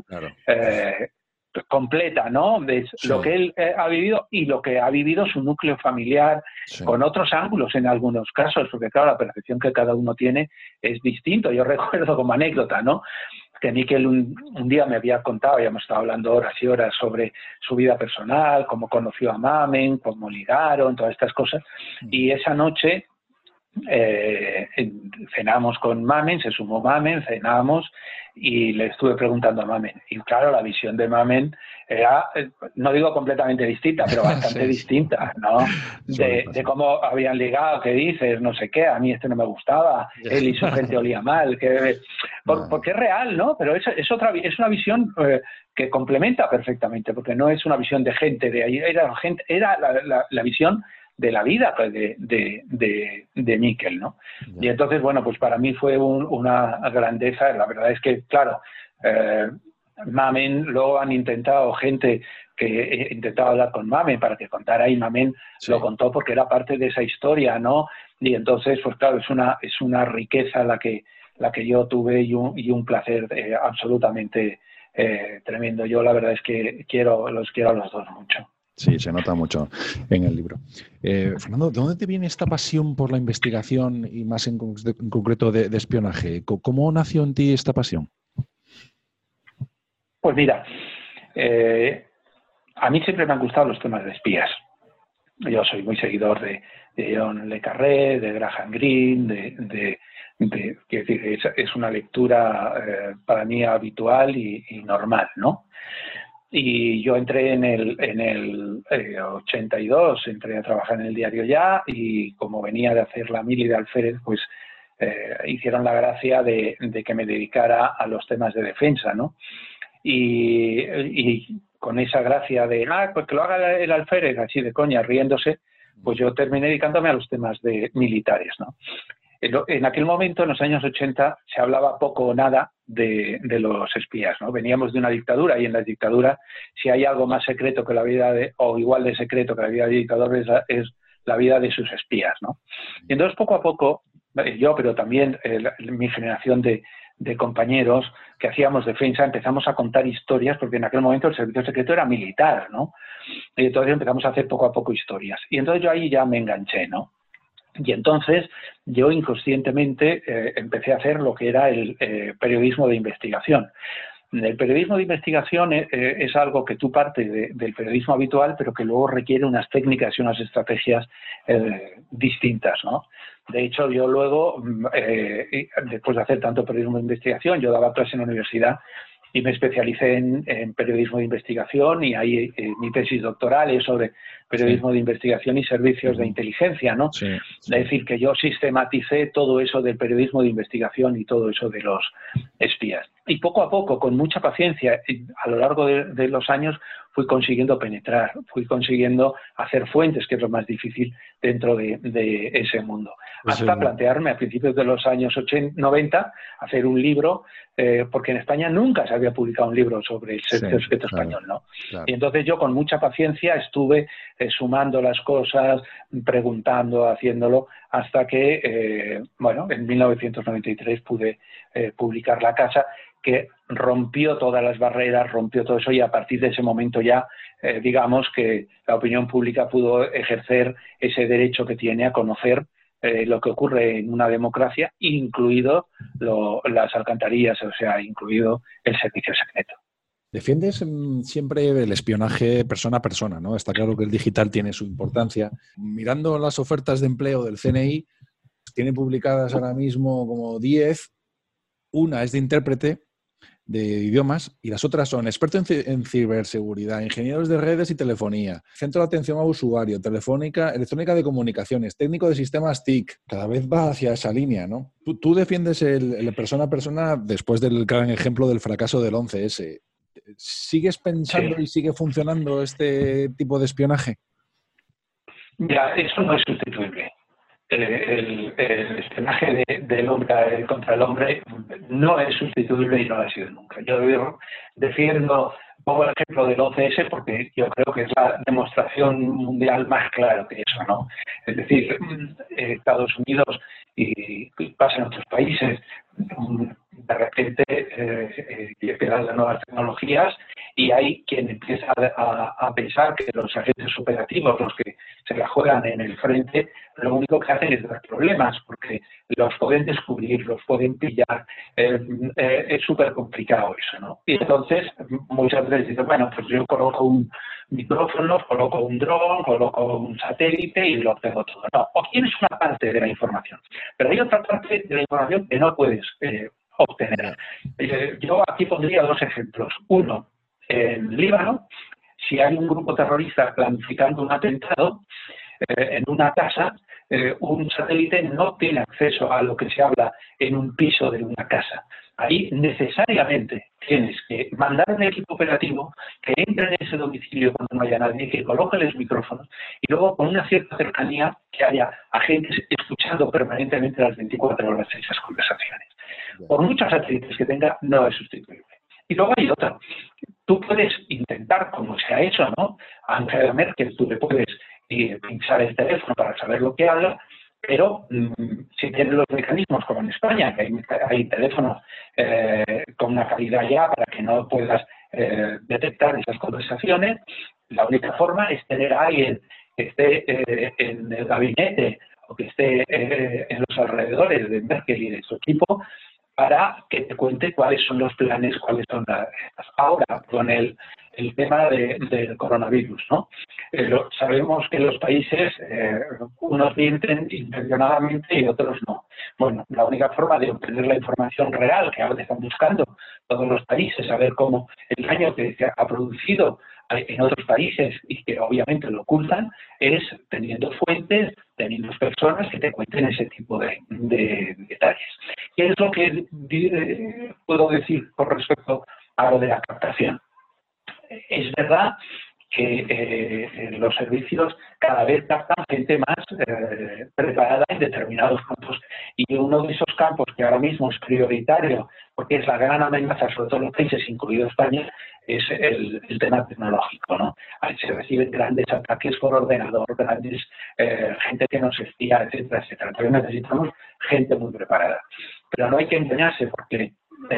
completa, ¿no? De lo que él ha vivido y lo que ha vivido su núcleo familiar, con otros ángulos en algunos casos, porque claro, la percepción que cada uno tiene es distinto. Yo recuerdo como anécdota, ¿no?, que Miquel un día me había contado, habíamos estado hablando horas y horas sobre su vida personal, cómo conoció a Mamen, cómo ligaron, todas estas cosas, y esa noche cenamos con Mamen, se sumó Mamen, cenamos y le estuve preguntando a Mamen. Y claro, la visión de Mamen era, no digo completamente distinta, pero bastante distinta, ¿no? De cómo habían ligado, qué dices, no sé qué, a mí no me gustaba, él y su gente olía mal, porque es real, ¿no? Pero es una visión que complementa perfectamente, porque no es una visión de gente de ahí, era la visión de la vida de Miquel, ¿no? Y entonces, bueno, pues para mí fue una grandeza. La verdad es que, claro, Mamen lo han intentado, gente que intentaba hablar con Mamen para que contara, y Mamen lo contó porque era parte de esa historia, ¿no? Y entonces, pues claro, es una riqueza la que yo tuve y un placer absolutamente tremendo. Yo la verdad es que los quiero a los dos mucho. Sí, se nota mucho en el libro. Fernando, ¿de dónde te viene esta pasión por la investigación y más en concreto de espionaje? ¿Cómo nació en ti esta pasión? Pues mira, a mí siempre me han gustado los temas de espías. Yo soy muy seguidor de John Le Carré, de Graham Greene, quiero decir, es una lectura para mí habitual y normal, ¿no? Y yo entré en el 82, entré a trabajar en el diario Ya, y como venía de hacer la mili de alférez, pues hicieron la gracia de que me dedicara a los temas de defensa, ¿no? Y con esa gracia de, pues que lo haga el alférez, así de coña, riéndose, pues yo terminé dedicándome a los temas militares, ¿no? En aquel momento, en los años 80, se hablaba poco o nada de los espías, ¿no? Veníamos de una dictadura, y en la dictadura, si hay algo más secreto que la vida o igual de secreto que la vida de dictadores, es la vida de sus espías, ¿no? Y entonces, poco a poco, yo, pero también mi generación de compañeros que hacíamos defensa, empezamos a contar historias, porque en aquel momento el servicio secreto era militar, ¿no? Y entonces empezamos a hacer poco a poco historias. Y entonces yo ahí ya me enganché, ¿no? Y entonces yo inconscientemente empecé a hacer lo que era el periodismo de investigación. El periodismo de investigación es algo que tú partes del periodismo habitual, pero que luego requiere unas técnicas y unas estrategias distintas, ¿no? De hecho, yo luego, después de hacer tanto periodismo de investigación, yo daba clase en la universidad y me especialicé en periodismo de investigación, y ahí mi tesis doctoral es sobre periodismo de investigación y servicios de inteligencia, ¿no? Sí. Es decir, que yo sistematicé todo eso del periodismo de investigación y todo eso de los espías. Y poco a poco, con mucha paciencia, a lo largo de los años, fui consiguiendo penetrar, fui consiguiendo hacer fuentes, que es lo más difícil dentro de ese mundo. Hasta plantearme a principios de los años 90 hacer un libro, porque en España nunca se había publicado un libro sobre el servicio secreto español, ¿no? Claro. Y entonces yo con mucha paciencia estuve sumando las cosas, preguntando, haciéndolo, hasta que, en 1993 pude publicar La Casa, que rompió todas las barreras, rompió todo eso, y a partir de ese momento ya, digamos que la opinión pública pudo ejercer ese derecho que tiene a conocer lo que ocurre en una democracia, incluido las alcantarillas, o sea, incluido el servicio secreto. Defiendes siempre el espionaje persona a persona, ¿no? Está claro que el digital tiene su importancia. Mirando las ofertas de empleo del CNI, tiene publicadas ahora mismo como 10. Una es de intérprete de idiomas y las otras son experto en ciberseguridad, ingenieros de redes y telefonía, centro de atención a usuario, electrónica de comunicaciones, técnico de sistemas TIC. Cada vez va hacia esa línea, ¿no? Tú defiendes el persona a persona después del gran ejemplo del fracaso del 11S. ¿Sigues pensando y sigue funcionando este tipo de espionaje? Ya, eso no es sustituible. El espionaje del hombre contra el hombre no es sustituible y no lo ha sido nunca. Yo pongo el ejemplo del 11S porque yo creo que es la demostración mundial más clara de eso, ¿no? Es decir, Estados Unidos y pasa en otros países, de repente llegan las nuevas tecnologías y hay quien empieza a pensar que los agentes operativos, los que se la juegan en el frente, lo único que hacen es dar problemas, porque los pueden descubrir, los pueden pillar. Es súper complicado eso, ¿no? Y entonces muchas veces dicen, bueno, pues yo coloco un micrófono, coloco un dron, coloco un satélite y lo obtengo todo. No, obtienes una parte de la información, pero hay otra parte de la información que no puedes obtener. Yo aquí pondría dos ejemplos. Uno, en Líbano, si hay un grupo terrorista planificando un atentado en una casa, un satélite no tiene acceso a lo que se habla en un piso de una casa. Ahí necesariamente tienes que mandar un equipo operativo que entre en ese domicilio cuando no haya nadie, que coloque los micrófonos y luego con una cierta cercanía que haya agentes escuchando permanentemente las 24 horas esas conversaciones. Por muchos satélites que tenga, no es sustituible. Y luego hay otra. Tú puedes intentar, como se ha hecho, ¿no? A Angela Merkel, tú le puedes pinchar el teléfono para saber lo que habla, pero si tienes los mecanismos como en España, que hay teléfonos con una calidad ya para que no puedas detectar esas conversaciones, la única forma es tener a alguien que esté en el gabinete o que esté en los alrededores de Merkel y de su equipo para que te cuente cuáles son los planes, cuáles son las... Ahora, con el tema del coronavirus, ¿no? Sabemos que los países, unos mienten intencionadamente y otros no. Bueno, la única forma de obtener la información real que ahora están buscando todos los países, saber cómo el daño que se ha producido en otros países y que obviamente lo ocultan, es teniendo fuentes, teniendo personas que te cuenten ese tipo de detalles. ¿Qué es lo que puedo decir con respecto a lo de la captación? Es verdad que los servicios cada vez captan gente más preparada en determinados campos, y uno de esos campos que ahora mismo es prioritario porque es la gran amenaza sobre todos los países, incluido España, es el tema tecnológico, ¿no? Ahí se reciben grandes ataques por ordenador, gente que nos espía, etcétera, etcétera. Entonces necesitamos gente muy preparada. Pero no hay que engañarse porque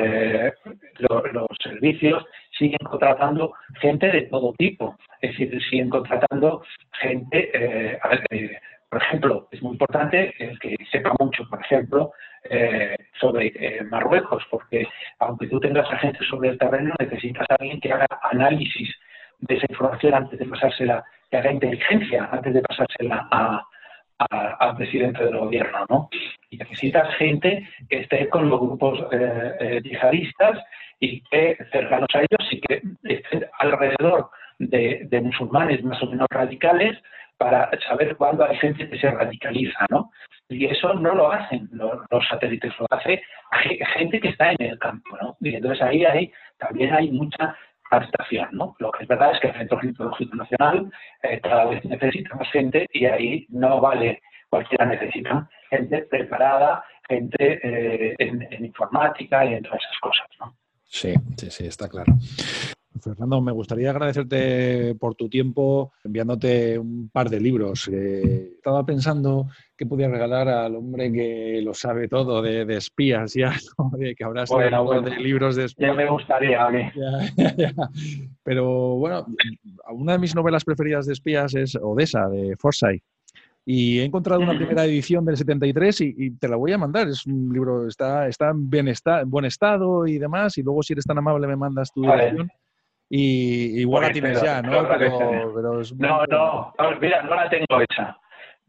los servicios siguen contratando gente de todo tipo. Es decir, siguen contratando gente, por ejemplo, es muy importante el que sepa mucho, por ejemplo, sobre Marruecos, porque aunque tú tengas agentes sobre el terreno, necesitas a alguien que haga análisis de esa información antes de pasársela, que haga inteligencia antes de pasársela al presidente del gobierno, ¿no? Y necesitas gente que esté con los grupos yihadistas y que cercanos a ellos y que estén alrededor de musulmanes más o menos radicales para saber cuándo hay gente que se radicaliza, ¿no? Y eso no lo hacen los satélites, lo hace gente que está en el campo, ¿no? Y entonces ahí también hay mucha captación, ¿no? Lo que es verdad es que el Centro Geológico Nacional cada vez necesita más gente y ahí no vale cualquiera, necesita gente preparada, gente en informática y en todas esas cosas, ¿no? Sí, está claro. Fernando, me gustaría agradecerte por tu tiempo enviándote un par de libros. Estaba pensando que podía regalar al hombre que lo sabe todo de espías ya, ¿no? De que habrás leído de libros de espías. Ya me gustaría a mí. Ya. Pero bueno, una de mis novelas preferidas de espías es Odessa, de Forsyth. Y he encontrado una primera edición del 73 y te la voy a mandar. Es un libro, está en buen estado y demás. Y luego, si eres tan amable, me mandas tu dirección. Y igual la tienes ya, ¿no? Pero es muy no, mira, no la tengo hecha.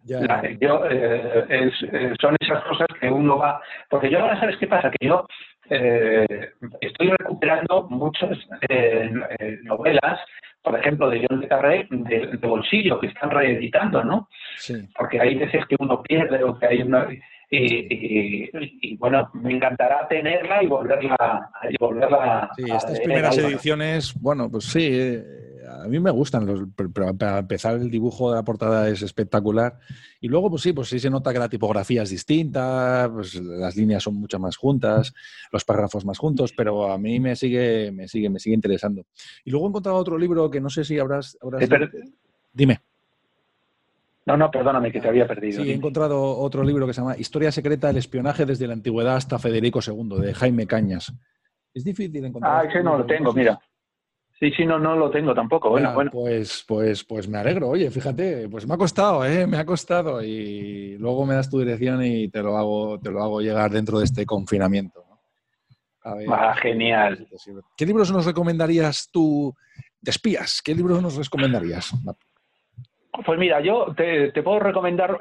Son esas cosas que uno va... Porque yo ahora, ¿sabes qué pasa? Que yo estoy recuperando muchas novelas, por ejemplo, de John le Carré, de bolsillo, que están reeditando, ¿no? Sí. Porque hay veces que uno pierde o que hay una... Y bueno, me encantará tenerla y volverla sí, estas primeras ediciones, bueno, pues sí, a mí me gustan, pero para empezar el dibujo de la portada es espectacular y luego pues sí se nota que la tipografía es distinta, pues las líneas son mucho más juntas, los párrafos más juntos, pero a mí me sigue interesando. Y luego he encontrado otro libro que no sé si habrás Dime. No, perdóname, que te había perdido. Sí, he encontrado otro libro que se llama Historia secreta del espionaje desde la antigüedad hasta Federico II, de Jaime Cañas. Es difícil encontrar. Ese no lo tengo, mira. Sí, no lo tengo tampoco. Bueno. Pues me alegro. Oye, fíjate, pues me ha costado y luego me das tu dirección y te lo hago llegar dentro de este confinamiento, ¿no? A ver, genial. ¿Qué libros nos recomendarías tú de espías? ¿Qué libros nos recomendarías? Pues mira, yo te puedo recomendar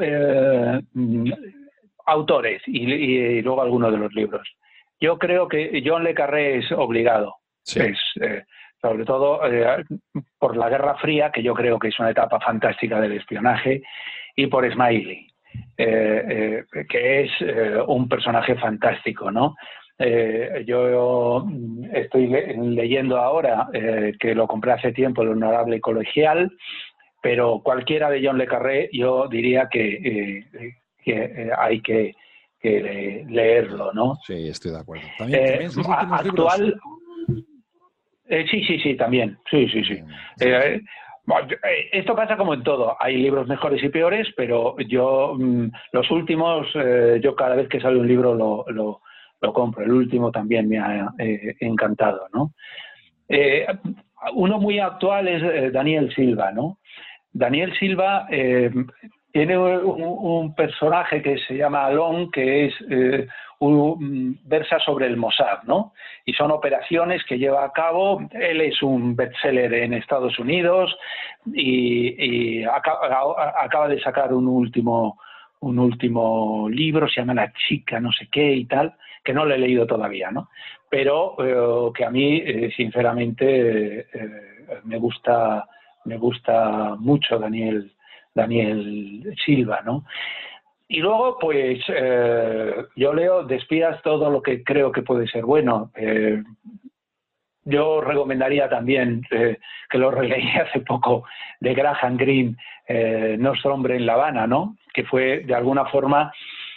autores y luego algunos de los libros. Yo creo que John le Carré es obligado. Sí. Sobre todo por la Guerra Fría, que yo creo que es una etapa fantástica del espionaje, y por Smiley, que es un personaje fantástico, ¿no? Yo estoy leyendo ahora, que lo compré hace tiempo, El Honorable Colegial, pero cualquiera de John le Carré yo diría que hay que leerlo, ¿no? Sí, estoy de acuerdo. También sus últimos actual, libros. Sí, también. Sí. Esto pasa como en todo. Hay libros mejores y peores, pero yo los últimos, yo cada vez que sale un libro lo compro. El último también me ha encantado, ¿no? Uno muy actual es Daniel Silva, ¿no? Daniel Silva tiene un personaje que se llama Alon, que es versa sobre el Mossad, ¿no? Y son operaciones que lleva a cabo. Él es un bestseller en Estados Unidos y acaba de sacar un último libro, se llama La chica no sé qué y tal, que no lo he leído todavía, ¿no? Pero que a mí, sinceramente, me gusta mucho Daniel Silva, ¿no? Y luego, pues, yo leo de espías todo lo que creo que puede ser bueno. Yo recomendaría también, que lo releí hace poco, de Graham Greene, Nuestro hombre en La Habana, ¿no? Que fue, de alguna forma,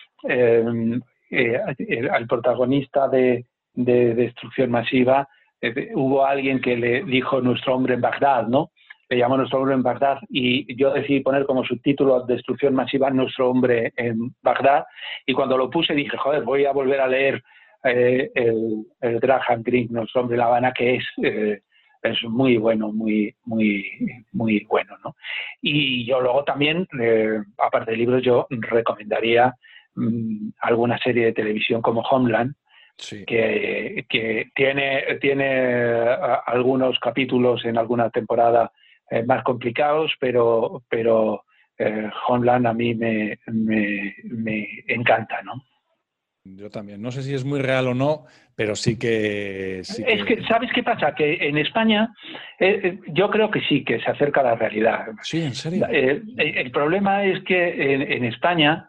al protagonista de Destrucción Masiva, hubo alguien que le dijo Nuestro hombre en Bagdad, ¿no? Le llamó Nuestro hombre en Bagdad y yo decidí poner como subtítulo Destrucción Masiva, Nuestro hombre en Bagdad, y cuando lo puse dije, joder, voy a volver a leer el Graham Greene, Nuestro hombre en La Habana, que es muy bueno, muy bueno, ¿no? Y yo luego también, aparte de libros, yo recomendaría alguna serie de televisión como Homeland, sí, que tiene algunos capítulos en alguna temporada más complicados, pero Homeland a mí me encanta, ¿no? Yo también. No sé si es muy real o no, pero sí que... Es que, ¿sabes qué pasa? Que en España yo creo que sí, que se acerca a la realidad. Sí, ¿en serio? El problema es que en España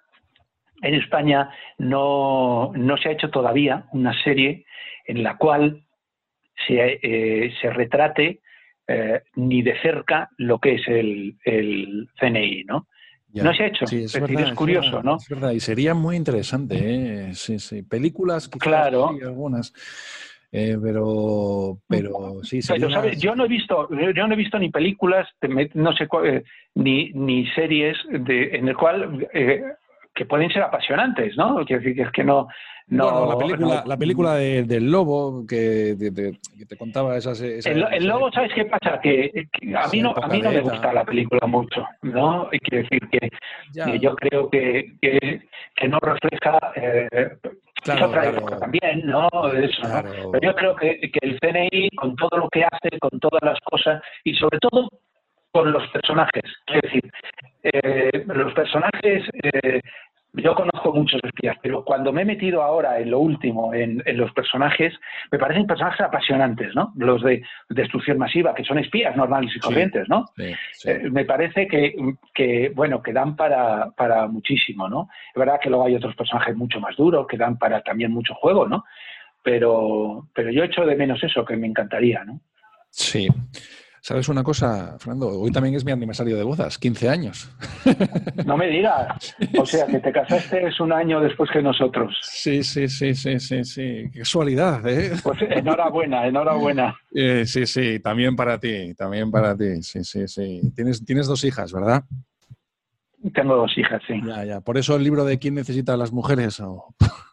no se ha hecho todavía una serie en la cual se retrate ni de cerca lo que es el CNI, ¿no? Ya. No se ha hecho. Sí, Es decir, es curioso, verdad, ¿no? es verdad. Y sería muy interesante, ¿eh? Sí, sí. Películas quizás, Claro. sí, algunas. Pero sí, sería... Pero, ¿sabes? Yo no he visto ni películas, no sé ni series en el cual que pueden ser apasionantes, ¿no? Quiero decir que es que no. Bueno, la película del lobo que te contaba el lobo, ¿sabes qué pasa? Que a mí no me gusta la película mucho, ¿no? Y quiero decir que yo creo que no refleja otra época también, ¿no? Eso, claro. ¿no? Pero yo creo que el CNI, con todo lo que hace, con todas las cosas, y sobre todo con los personajes, quiero decir, los personajes... yo conozco muchos espías, pero cuando me he metido ahora en lo último, en los personajes, me parecen personajes apasionantes, ¿no? Los de destrucción masiva, que son espías normales y corrientes, ¿no? Sí. Me parece que dan para muchísimo, ¿no? Es verdad que luego hay otros personajes mucho más duros que dan para también mucho juego, ¿no? Pero yo echo de menos eso, que me encantaría, ¿no? Sí. ¿Sabes una cosa, Fernando? Hoy también es mi aniversario de bodas, 15 años. No me digas. O sea, que te casaste es un año después que nosotros. Sí. Qué casualidad, ¿eh? Pues enhorabuena. Sí, también para ti. Sí. Tienes 2 hijas, ¿verdad? Tengo 2 hijas, sí. Ya. ¿Por eso el libro de ¿Quién necesita a las mujeres? ¿O?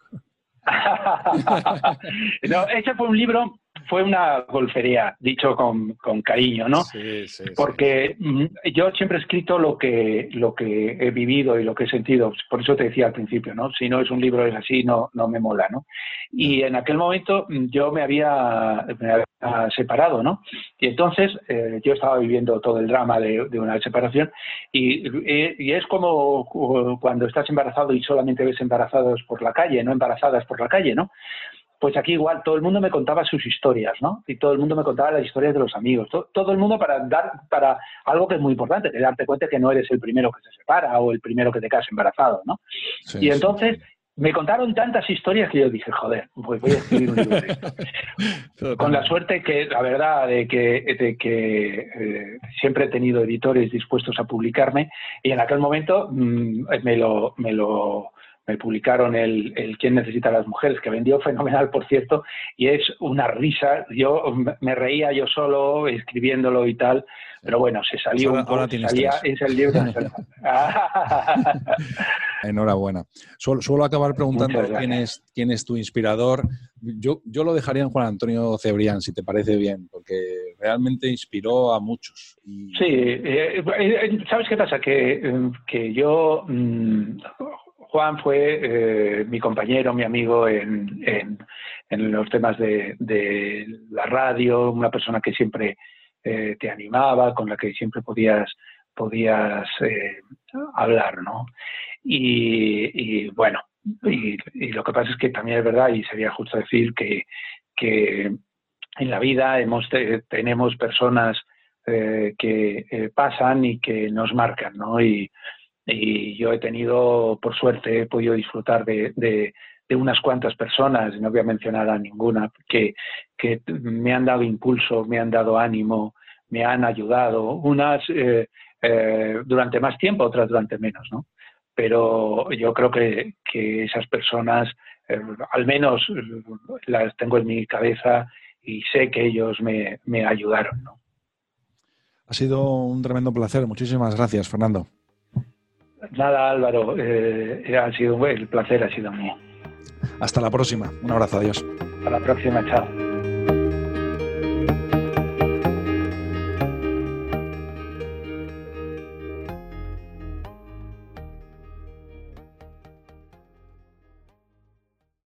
No, ese fue una golfería, dicho con cariño, ¿no? Sí. Porque yo siempre he escrito lo que he vivido y lo que he sentido. Por eso te decía al principio, ¿no? Si no es un libro es así, no me mola, ¿no? Y en aquel momento yo me había separado, ¿no? Y entonces yo estaba viviendo todo el drama de una separación y es como cuando estás embarazado y solamente ves embarazadas por la calle, ¿no? Pues aquí igual todo el mundo me contaba sus historias, ¿no? Y todo el mundo me contaba las historias de los amigos. Todo el mundo para algo que es muy importante, que darte cuenta que no eres el primero que se separa o el primero que te casas embarazado, ¿no? Sí, y entonces me contaron tantas historias que yo dije, joder, pues voy a escribir un libro de esto. Con la suerte que, la verdad, de que siempre he tenido editores dispuestos a publicarme y en aquel momento me publicaron el ¿Quién necesita a las mujeres?, que vendió fenomenal, por cierto, y es una risa. Yo me reía yo solo escribiéndolo y tal, pero bueno, se salió un poco, es el libro. Enhorabuena. Suelo acabar preguntando quién es tu inspirador. Yo lo dejaría en Juan Antonio Cebrián, si te parece bien, porque realmente inspiró a muchos. Sí, ¿sabes qué pasa? Que yo... Juan fue mi compañero, mi amigo en los temas de la radio, una persona que siempre te animaba, con la que siempre podías hablar, ¿no? Y bueno, y lo que pasa es que también es verdad, y sería justo decir que en la vida tenemos personas que pasan y que nos marcan, ¿no? Y yo he tenido, por suerte, he podido disfrutar de unas cuantas personas, no voy a mencionar a ninguna, que me han dado impulso, me han dado ánimo, me han ayudado, unas durante más tiempo, otras durante menos, ¿no? Pero yo creo que esas personas, al menos las tengo en mi cabeza y sé que ellos me ayudaron, ¿no? Ha sido un tremendo placer. Muchísimas gracias, Fernando. Nada, Álvaro, el placer ha sido mío. Hasta la próxima. Un abrazo, adiós. Hasta la próxima, chao.